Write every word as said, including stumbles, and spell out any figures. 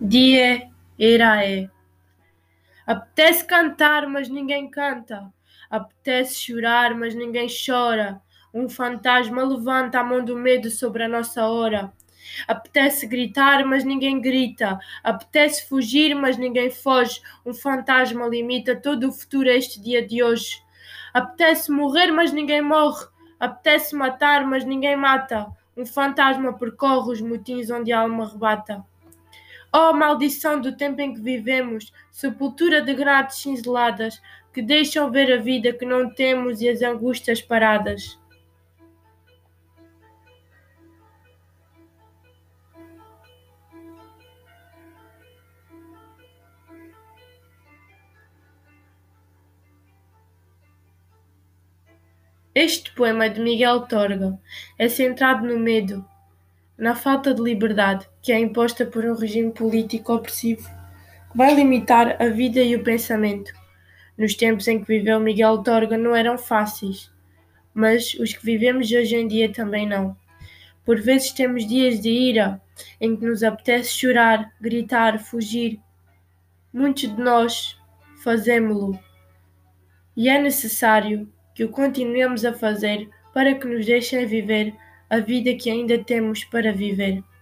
Die Irae. Apetece cantar, mas ninguém canta. Apetece chorar, mas ninguém chora. Um fantasma levanta a mão do medo sobre a nossa hora. Apetece gritar, mas ninguém grita. Apetece fugir, mas ninguém foge. Um fantasma limita todo o futuro a este dia de hoje. Apetece morrer, mas ninguém morre. Apetece matar, mas ninguém mata. Um fantasma percorre os motins onde a alma rebata. Oh, maldição do tempo em que vivemos, sepultura de grades cinzeladas, que deixam ver a vida que não temos e as angústias paradas. Este poema de Miguel Torga é centrado no medo, na falta de liberdade que é imposta por um regime político opressivo que vai limitar a vida e o pensamento. Nos tempos em que viveu Miguel Torga não eram fáceis, mas os que vivemos hoje em dia também não. Por vezes temos dias de ira, em que nos apetece chorar, gritar, fugir. Muitos de nós fazemo-lo, e é necessário que o continuemos a fazer para que nos deixem viver a vida que ainda temos para viver.